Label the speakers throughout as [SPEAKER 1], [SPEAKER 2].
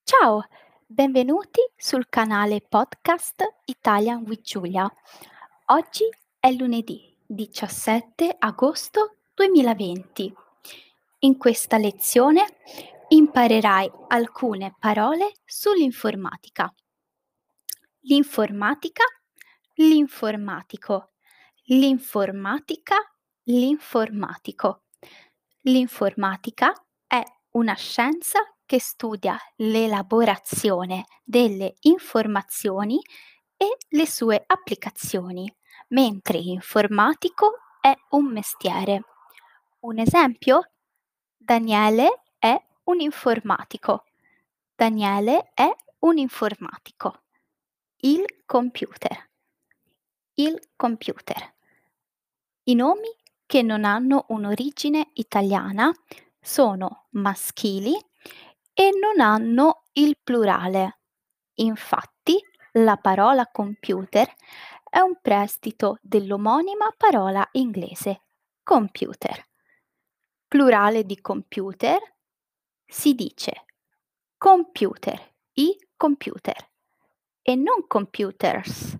[SPEAKER 1] Ciao, benvenuti sul canale podcast Italian with Giulia. Oggi è lunedì 17 agosto 2020. In questa lezione imparerai alcune parole sull'informatica. L'informatica, l'informatico, l'informatica, l'informatico. L'informatica è una scienza che studia l'elaborazione delle informazioni e le sue applicazioni, mentre informatico è un mestiere. Un esempio? Daniele è un informatico. Daniele è un informatico. Il computer. Il computer. I nomi che non hanno un'origine italiana sono maschili e non hanno il plurale. Infatti, la parola computer è un prestito dell'omonima parola inglese computer. Plurale di computer si dice computer, i computer e non computers.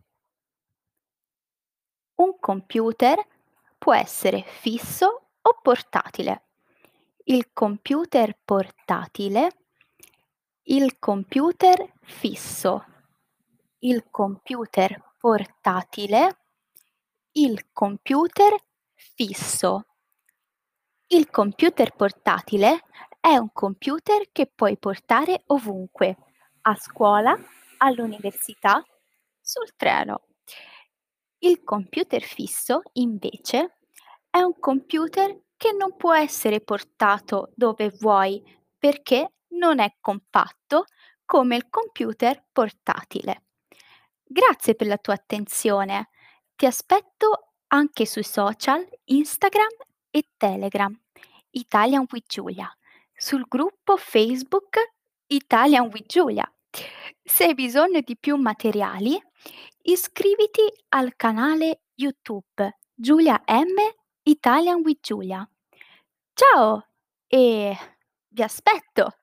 [SPEAKER 1] Un computer può essere fisso o portatile. Il computer portatile, il computer fisso, il computer portatile, il computer fisso. Il computer portatile è un computer che puoi portare ovunque, a scuola, all'università, sul treno. Il computer fisso, invece, è un computer che non può essere portato dove vuoi perché non è compatto come il computer portatile. Grazie per la tua attenzione. Ti aspetto anche sui social Instagram e Telegram Italian with Giulia, sul gruppo Facebook Italian with Giulia. Se hai bisogno di più materiali, iscriviti al canale YouTube Giulia M Italian with Giulia. Ciao e vi aspetto!